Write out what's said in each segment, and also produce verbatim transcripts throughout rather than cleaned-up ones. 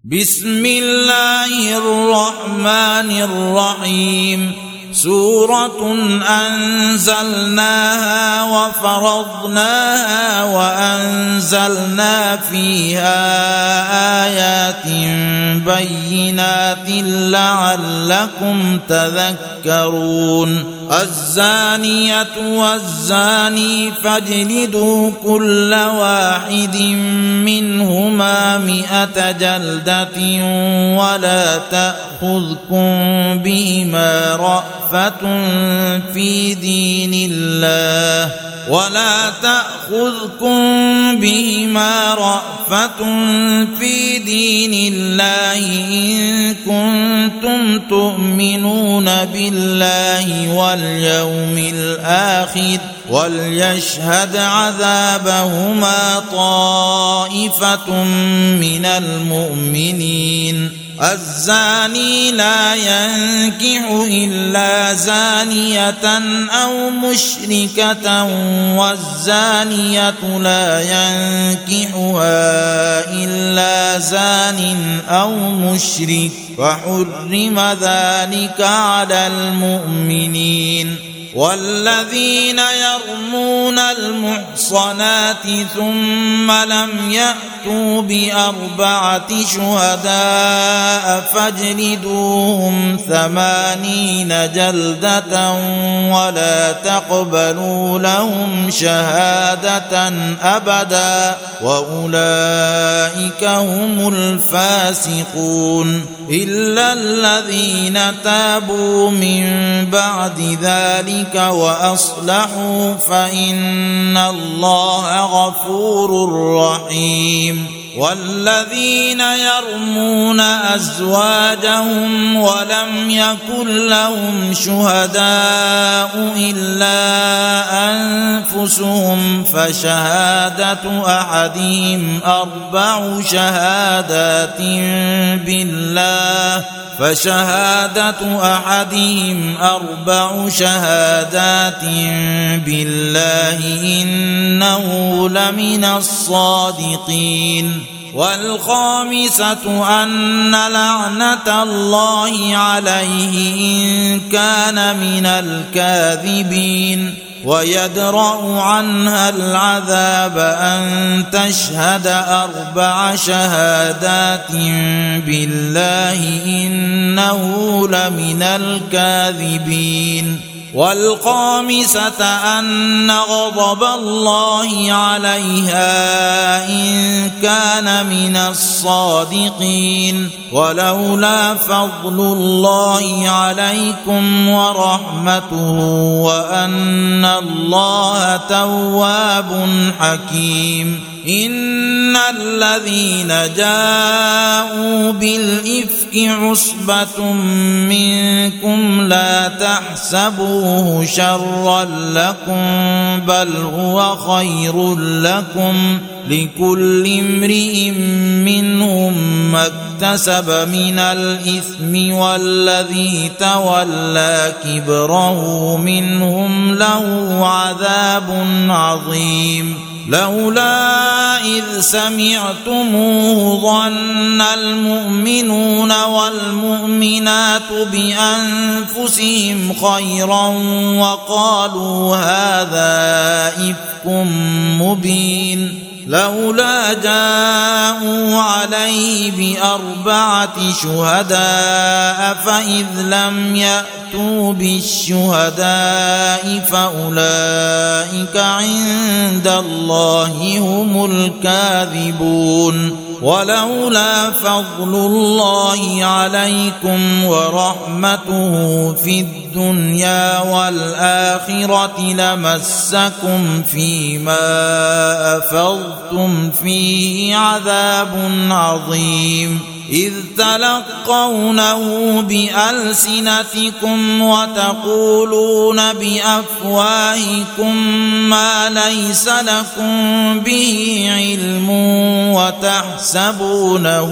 بسم الله الرحمن الرحيم. سورة أنزلناها وفرضناها وأنزلنا فيها آيات بينات لعلكم تذكرون. الزانية والزاني فاجلدوا كل واحد منهما مئة جلدة ولا تأخذكم بهما رأفة في دين الله ولا تأخذكم بهما رأفة في دين الله إن كنتم تؤمنون بالله واليوم الآخر وليشهد عذابهما طائفة من المؤمنين. الزاني لا ينكح إلا زانية أو مشركة والزانية لا ينكحها إلا زان أو مشرك فحرم ذلك على المؤمنين. والذين يرمون المحصنات ثم لم يأتوا بأربعة شهداء فاجلدوهم ثمانين جلدة ولا تقبلوا لهم شهادة أبدا وأولئك هم الفاسقون إلا الذين تابوا من بعد ذلك وأصلحوا فإن الله غفور رحيم. والذين يرمون أزواجهم ولم يكن لهم شهداء إلا أنفسهم فشهادة أحدهم أربع شهادات بالله فشهادة أحدهم أربع شهادات بالله إنه لمن الصادقين. والخامسة أن لعنة الله عليه إن كان من الكاذبين ويدرأ عنها العذاب أن تشهد أربع شهادات بالله إنه لمن الكاذبين. والخامسة أن غضب الله عليها إن كان من الصادقين ولولا فضل الله عليكم ورحمته وأن الله تواب حكيم. إن الذين جاءوا بالإفك عصبة منكم لا تحسبوه شرا لكم بل هو خير لكم لكل امرئ منهم ما اكتسب من الإثم والذي تولى كبره منهم له عذاب عظيم. لولا إذ سمعتموه ظن المؤمنون والمؤمنات بأنفسهم خيرا وقالوا هذا إفك مبين. لولا جاءوا عليه بأربعة شهداء فإذ لم يأتوا بالشهداء فأولئك عند الله هم الكاذبون. ولولا فضل الله عليكم ورحمته في الدنيا والآخرة لمسكم فيما أفضتم فيه عذاب عظيم. إذ تلقونه بألسنتكم وتقولون بأفواهكم ما ليس لكم به علم وتحسبونه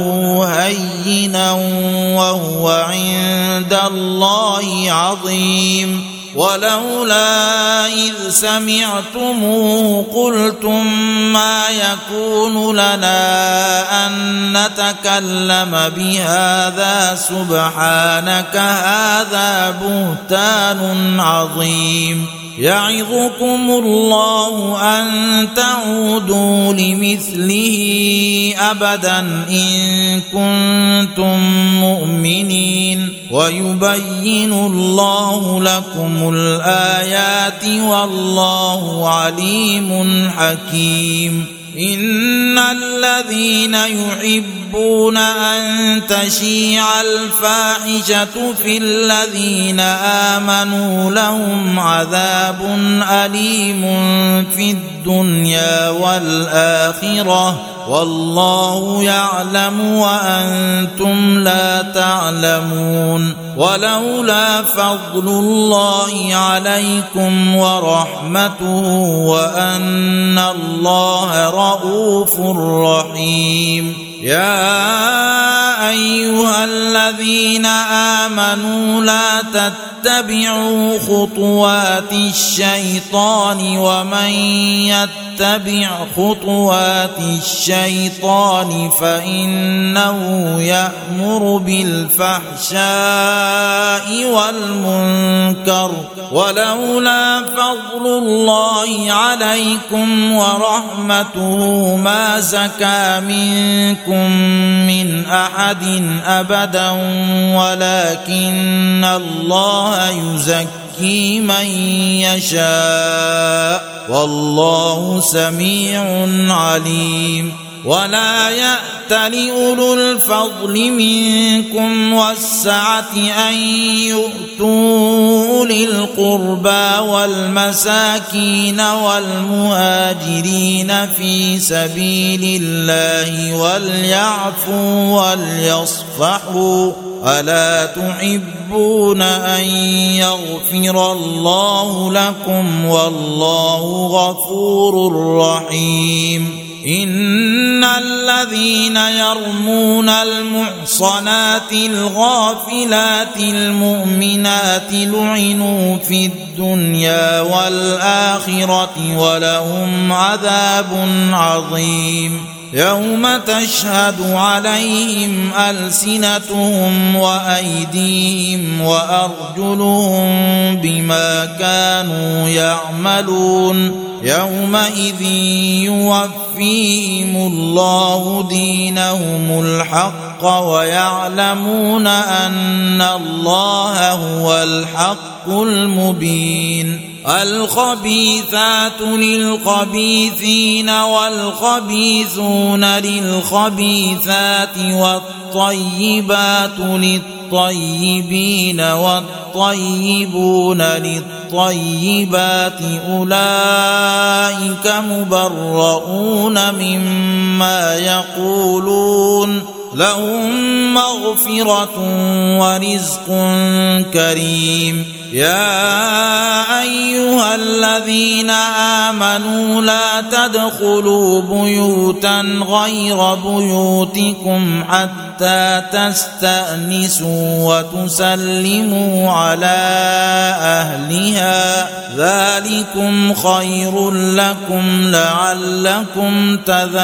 هينا وهو عند الله عظيم. ولولا إذ سمعتموه قلتم ما يكون لنا أن نتكلم بهذا سبحانك هذا بهتان عظيم يعظكم الله أن تعودوا لمثله أبدا إن كنتم مؤمنين ويبين الله لكم الآيات والله عليم حكيم إن الذين يحبون أن تشيع الفاحشة في الذين آمنوا لهم عذاب أليم في الدنيا والآخرة والله يعلم وأنتم لا تعلمون ولولا فضل الله عليكم ورحمته وأن الله رؤوف رحيم يا أيها الذين آمنوا لا تتبعوا خطوات الشيطان ومن يتبع خطوات الشيطان فإنه يأمر بالفحشاء والمنكر ولولا فضل الله عليكم ورحمته ما زكى منكم من أحد أبدا ولكن الله يزكي من يشاء والله سميع عليم ولا يأت لأولو الفضل منكم والسعة أن يؤتوا أولي القربى والمساكين والمهاجرين في سبيل الله وليعفوا وليصفحوا ألا تحبون أن يغفر الله لكم والله غفور رحيم إن الذين يرمون المحصنات الغافلات المؤمنات لعنوا في الدنيا والآخرة ولهم عذاب عظيم يوم تشهد عليهم ألسنتهم وأيديهم وأرجلهم بما كانوا يعملون يومئذ يوفيهم الله دينهم الحق ويعلمون أن الله هو الحق المبين الخبيثات للخبيثين والخبيثون للخبيثات والطيبات للطيبين والطيبون للطيبات أولئك مبرؤون مما يقولون لهم مغفرة ورزق كريم يا أيها الذين آمنوا لا تدخلوا بيوتا غير بيوتكم حتى تستأنسوا وتسلموا على أهلها ذلكم خير لكم لعلكم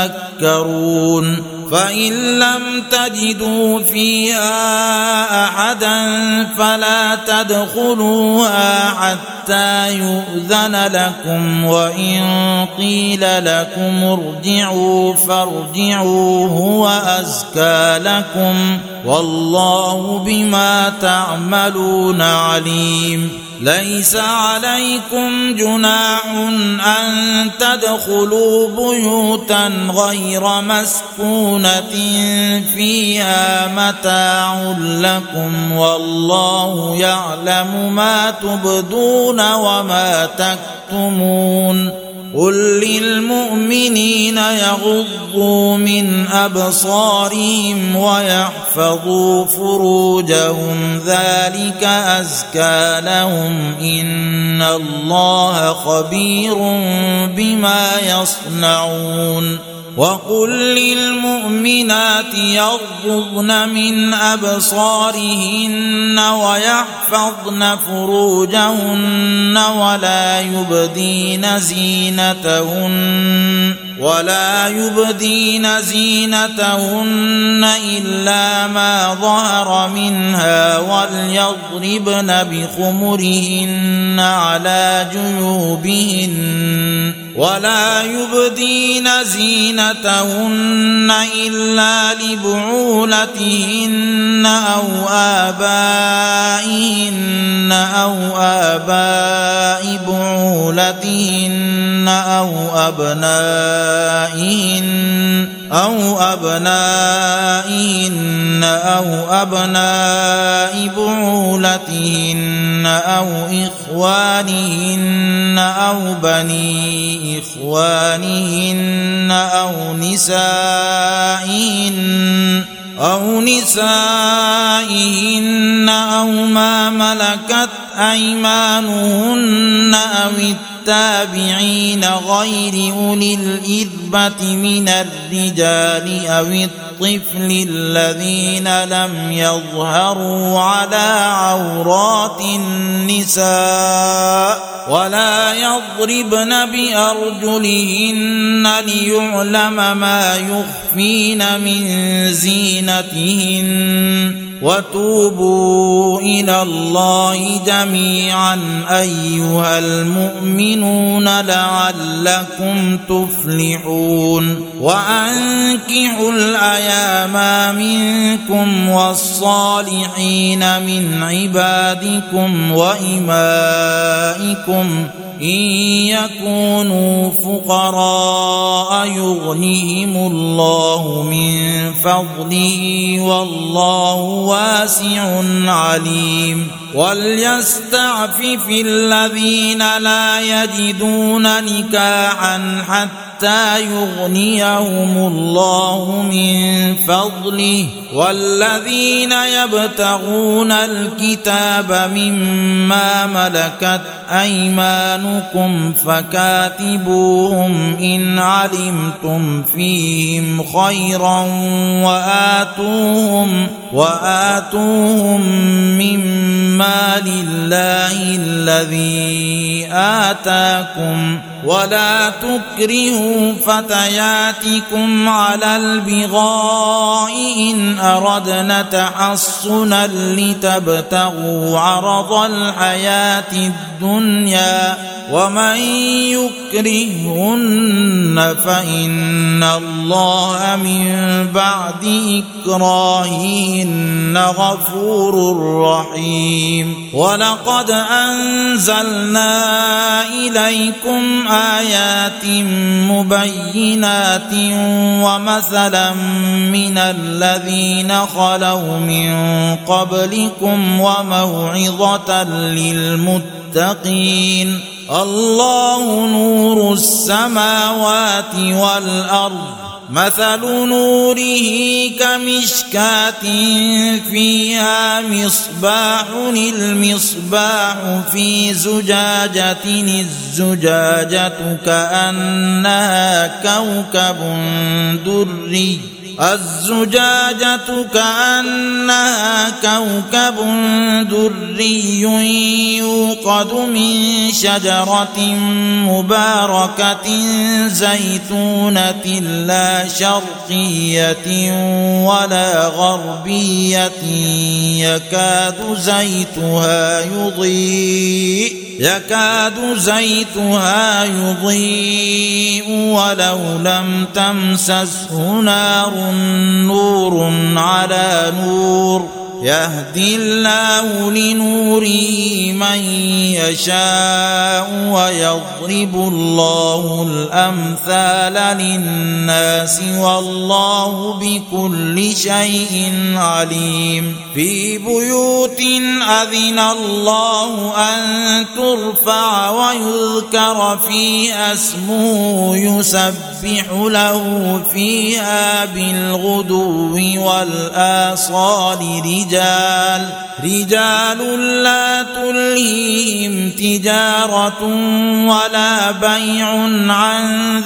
تذكرون فإن لم تجدوا فيها أحدا فلا تدخلوها حتى يؤذن لكم وإن قيل لكم ارجعوا فارجعوا هو أزكى لكم والله بما تعملون عليم ليس عليكم جناح أن تدخلوا بيوتا غير مسكونة فيها متاع لكم والله يعلم ما تبدون وما تكتمون قل للمؤمنين يغضوا من أبصارهم ويحفظوا فروجهم ذلك أزكى لهم إن الله خبير بما يصنعون وقل للمؤمنات يغضضن من أبصارهن ويحفظن فروجهن ولا يبدين زينتهن ولا يبدين زينتهن إلا ما ظهر منها وليضربن بخمرهن على جيوبهن ولا يبدين زينتهن إلا لبعولتهن أو آبائهن أو آباء بعولتهن أو أبنائهن أو أبنائهن أو أبناء بعولتهن أو إخوانهن أو بني إخوانهن أو نسائهن أو نسائهن أو ما ملكت أيمانهن أو التابعين غير أولي الإربة من الرجال أو الطفل الذين لم يظهروا على عورات النساء ولا يضربن بأرجلهن ليعلم ما يخفين من زينتهن وتوبوا إلى الله جميعا أيها المؤمنون لعلكم تفلحون وأنكحوا الأيام منكم والصالحين من عبادكم وإمائكم إن يكونوا فقراء يغنيهم الله من فضله والله واسع عليم وليستعفف الذين لا يجدون نكاحا حتى يغنيهم الله من فضله والذين يبتغون الكتاب مما ملكت أيمانكم فكاتبوهم إن علمتم فيهم خيرا وآتوهم وآتوهم مما لله الذي آتاكم ولا تكرهوا فتياتكم على البغاء إن أردنا تحصنا لتبتغوا عرض الحياة الدنيا ومن يكرهن فإن الله من بعد إكراههن غفور رحيم ولقد أنزلنا إليكم آيات مبينات ومثلا من الذين خلوا من قبلكم وموعظة للمتقين الله نور السماوات والأرض مثل نوره كمشكاة فيها مصباح المصباح في زجاجة الزجاجة كأنها كوكب دري الزجاجة كأنها كوكب دري يوقد من شجرة مباركة زيتونة لا شرقية ولا غربية يكاد زيتها يضيء يكاد زيتها يضيء ولو لم تمسسه نار نور على نور يهدي الله لنوره من يشاء ويضرب الله الأمثال للناس والله بكل شيء عليم في بيوت أذن الله أن ترفع ويذكر فيها اسمه يسبح له فيها بالغدو والآصال رجال رجال رجال لا تلهيهم تجارة ولا بيع عن ذكر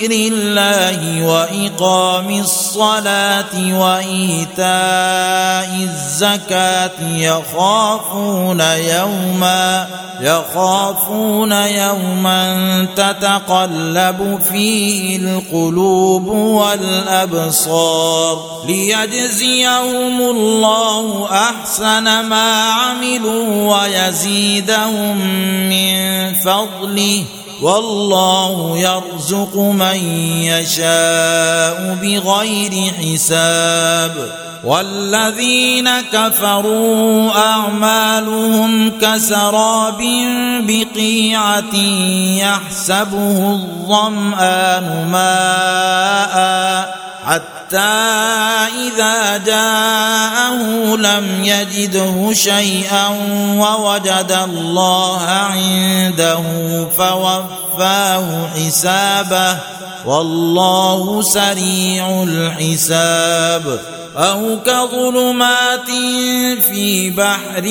ذكر الله وإقام الصلاة وإيتاء الزكاة يخافون يوما يخافون يوما تتقلب فيه القلوب والأبصار ليجزيهم الله أحسن ما عملوا ويزيدهم من فضله والله يرزق من يشاء بغير حساب. والذين كفروا أعمالهم كسراب بقيعة يحسبه الظمآن ماء حتى إذا جاءه لم يجده شيئا ووجد الله عنده فوفاه حسابه والله سريع الحساب. أو كظلمات في بحر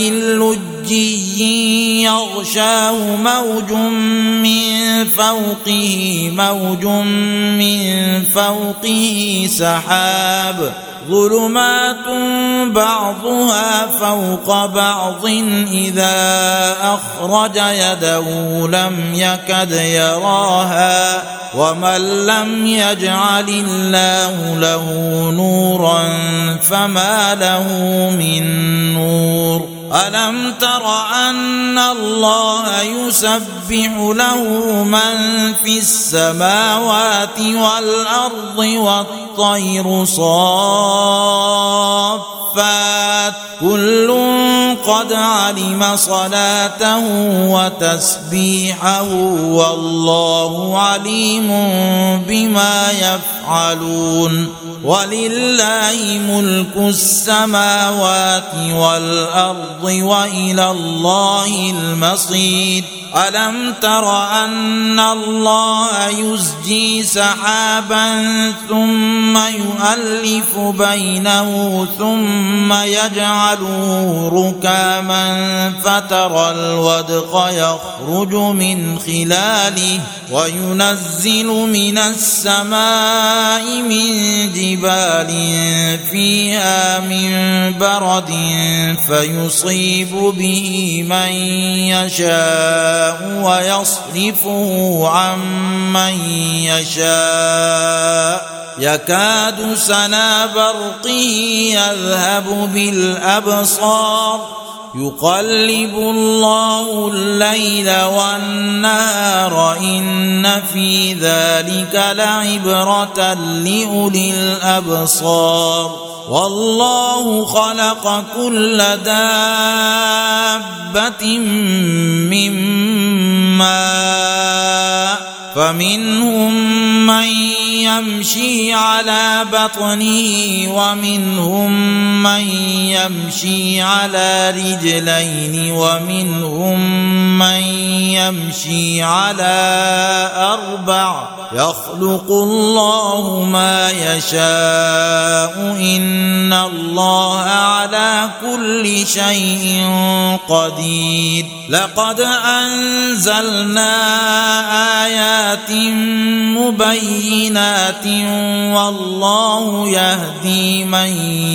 لجي يغشاه موج من فوقه موج من فوقه سحاب ظلمات بعضها فوق بعض إذا أخرج يده لم يكد يراها ومن لم يجعل الله له نورا فما له من نور. ألم تر أن الله يسبح له من في السماوات والأرض والطير صافات كل قد علم صلاته وتسبيحه والله عليم بما يفعلون. ولله ملك السماوات والأرض وإلى الله المصير. ألم تر أن الله يزجي سحابا ثم يؤلف بينه ثم يجعله ركاما فترى الودق يخرج من خلاله وينزل من السماء من جبال فيها من برد فيصيب به من يشاء ويصرفه عن من يشاء يكاد سنا برقه يذهب بالأبصار يقلب الله الليل والنهار إن في ذلك لعبرة لأولي الأبصار. والله خلق كل دابة من ماء فمنهم من يمشي على بطنه ومنهم من يمشي على رجلين ومنهم من يمشي على أربع يخلق الله ما يشاء إن الله على كل شيء قدير. لقد أنزلنا آيات مبينات والله يهدي من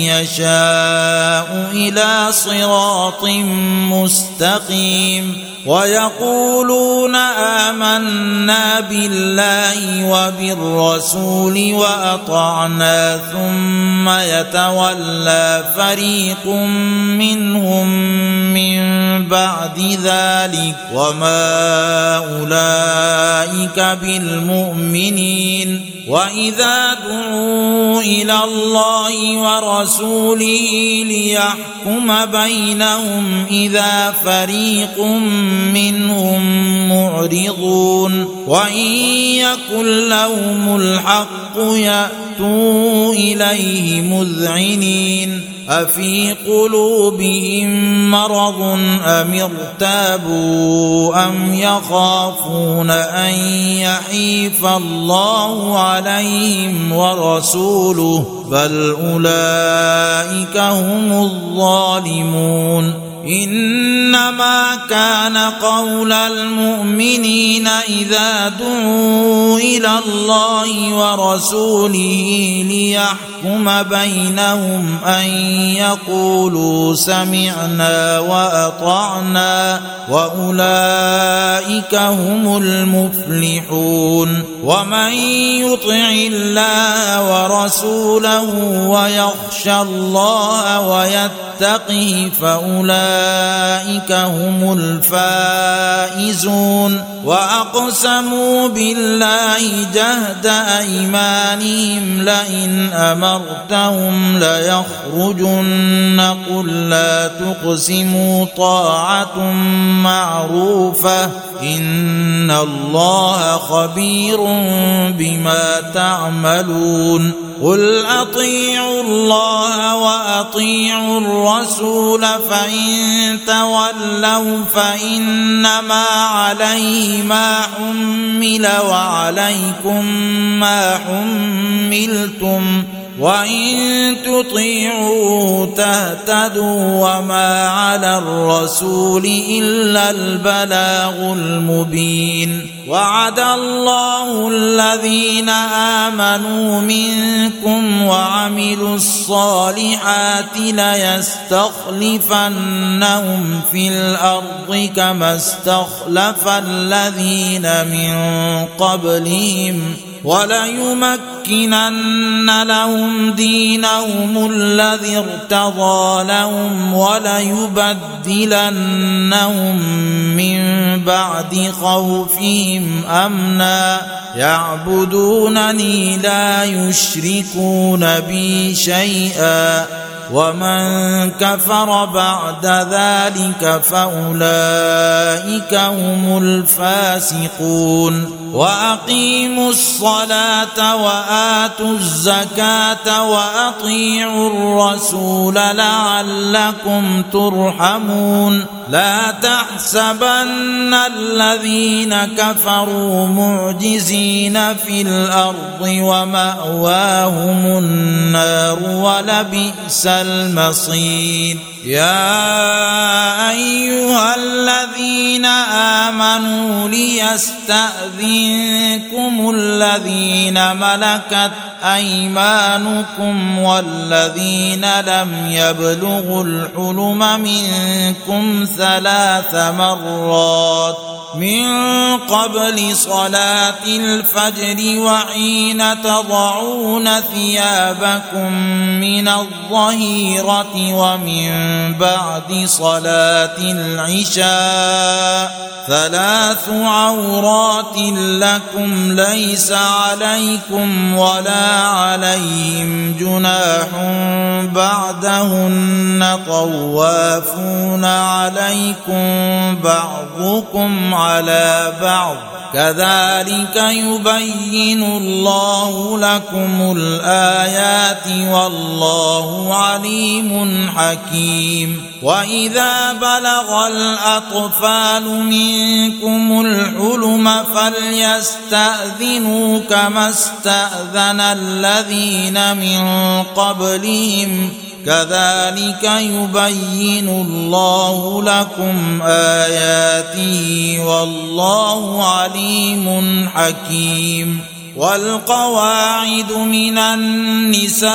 يشاء إلى صراط مستقيم. ويقولون آمنا بالله وبالرسول وأطعنا ثم يتولى فريق منهم من بعد ذلك وما أولئك بالمؤمنين. وإذا دعوا إلى الله ورسوله ليحكم بينهم إذا فريق منهم معرضون وإن يكن لهم الحق يأتوا إليه مذعنين. أفي قلوبهم مرض أم ارتابوا أم يخافون أن يحيف الله عليهم ورسوله بل أولئك هم الظالمون. إنما كان قول المؤمنين إذا دعوا إلى الله ورسوله ليحكم بينهم أن يقولوا سمعنا وأطعنا وأولئك هم المفلحون ومن يطع الله ورسوله ويخشى الله ويتقه فأولئك هم الفائزون وأقسموا بالله جهد أيمانهم لئن أمرتهم ليخرجن قل لا تقسموا طاعة معروفة إن الله خبير بما تعملون قل أطيعوا الله وأطيعوا الرسول فإن تولوا فإنما عليه ما حمل وعليكم ما حملتم وإن تطيعوا تهتدوا وما على الرسول إلا البلاغ المبين وعد الله الذين آمنوا منكم وعملوا الصالحات ليستخلفنهم في الأرض كما استخلف الذين من قبلهم وليمكنن لهم دينهم الذي ارتضى لهم وليبدلنهم من بعد خوفهم أمنا يعبدونني لا يشركون بي شيئا ومن كفر بعد ذلك فأولئك هم الفاسقون وأقيموا الصلاة وآتوا الزكاة وأطيعوا الرسول لعلكم ترحمون لا تحسبن الذين كفروا معجزين في الأرض ومأواهم النار ولبئس المصير يا أيها الذين آمنوا ليستأذنكم الذين ملكت أيمانكم والذين لم يبلغوا الحلم منكم ثلاث مرات من قبل صلاة الفجر وحين تضعون ثيابكم من الظهيرة ومن بعد صلاة العشاء ثلاث عورات لكم ليس عليكم ولا عليهم جناح بعدهن طوافون عليكم بعضكم على بعض كذلك يبين الله لكم الآيات والله عليم حكيم وإذا بلغ الأطفال منكم الحلم فليستأذنوا كما استأذن الذين من قبلهم كذلك يبين الله لكم آياته والله عليم حكيم والقواعد من النساء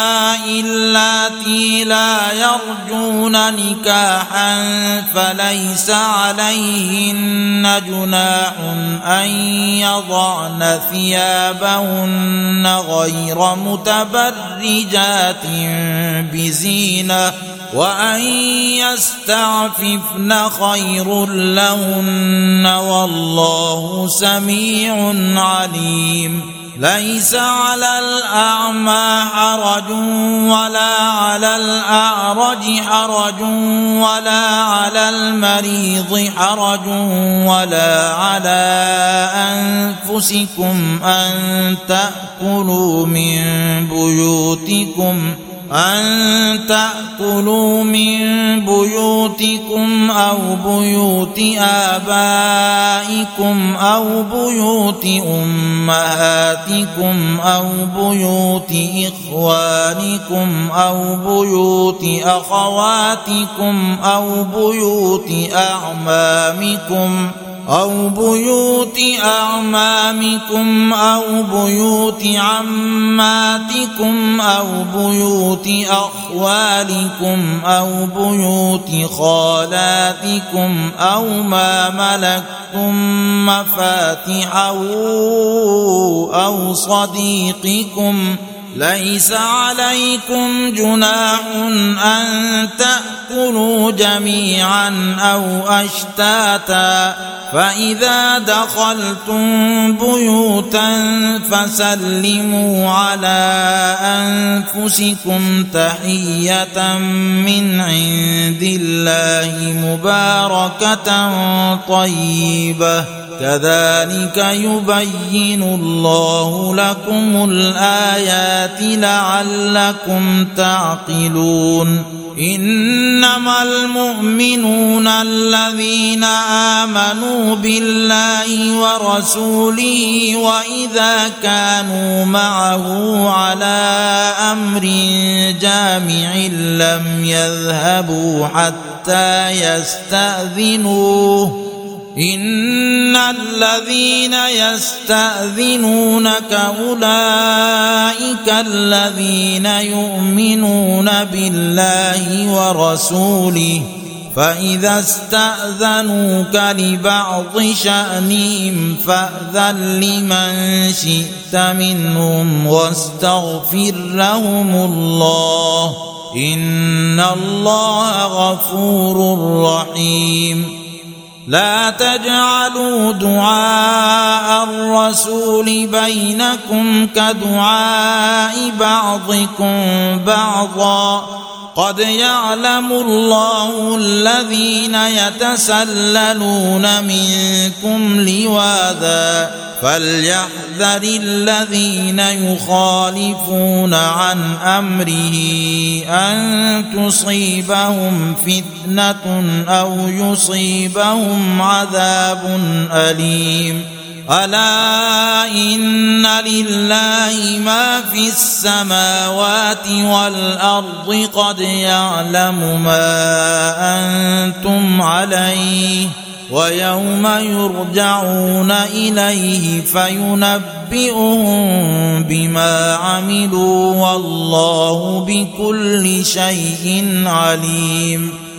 اللاتي لا يرجون نكاحا فليس عليهن جناح أن يضعن ثيابهن غير متبرجات بزينة وأن يستعففن خير لهن والله سميع عليم ليس على الأعمى حرج ولا على الأعرج حرج ولا على المريض حرج ولا على أنفسكم أن تأكلوا من بيوتكم أن تأكلوا من بيوتكم أو بيوت آبائكم أو بيوت أمهاتكم أو بيوت إخوانكم أو بيوت أخواتكم أو بيوت أعمامكم أو بيوت أعمامكم أو بيوت عماتكم أو بيوت أخوالكم أو بيوت خالاتكم أو ما ملكتم مفاتحه أو صديقكم. ليس عليكم جناح أن تأكلوا جميعا أو أشتاتا، فإذا دخلتم بيوتا فسلموا على أنفسكم تحية من عند الله مباركة طيبة، كذلك يبين الله لكم الآيات لعلكم تعقلون. إنما المؤمنون الذين آمنوا بالله ورسوله وإذا كانوا معه على أمر جامع لم يذهبوا حتى يستأذنوه. إن الذين يستأذنونك أولئك الذين يؤمنون بالله ورسوله، فإذا استأذنوك لبعض شأنهم فأذن لمن شئت منهم واستغفر لهم الله، إن الله غفور رحيم. لا تجعلوا دعاء الرسول بينكم كدعاء بعضكم بعضا، قد يعلم الله الذين يتسللون منكم لواذا، فليحذر الذين يخالفون عن أمره أن تصيبهم فتنة أو يصيبهم عذاب أليم. ألا إن لله ما في السماوات والأرض، قد يعلم ما أنتم عليه، ويوم يرجعون إليه فينبئهم بما عملوا، والله بكل شيء عليم.